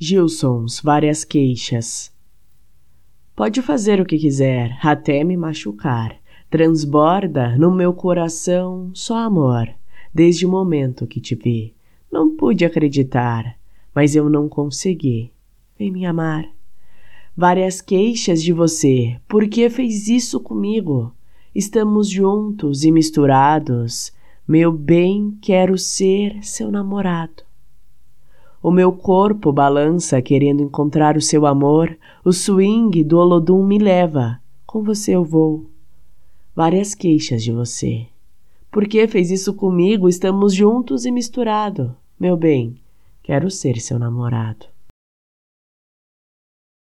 Gilsons, várias queixas. Pode fazer o que quiser, até me machucar. Transborda no meu coração só amor. Desde o momento que te vi, não pude acreditar, mas eu não consegui. Vem me amar. Várias queixas de você, por que fez isso comigo? Estamos juntos e misturados. Meu bem, quero ser seu namorado. O meu corpo balança querendo encontrar o seu amor. O swing do Olodum me leva. Com você eu vou. Várias queixas de você. Por que fez isso comigo? Estamos juntos e misturados. Meu bem, quero ser seu namorado.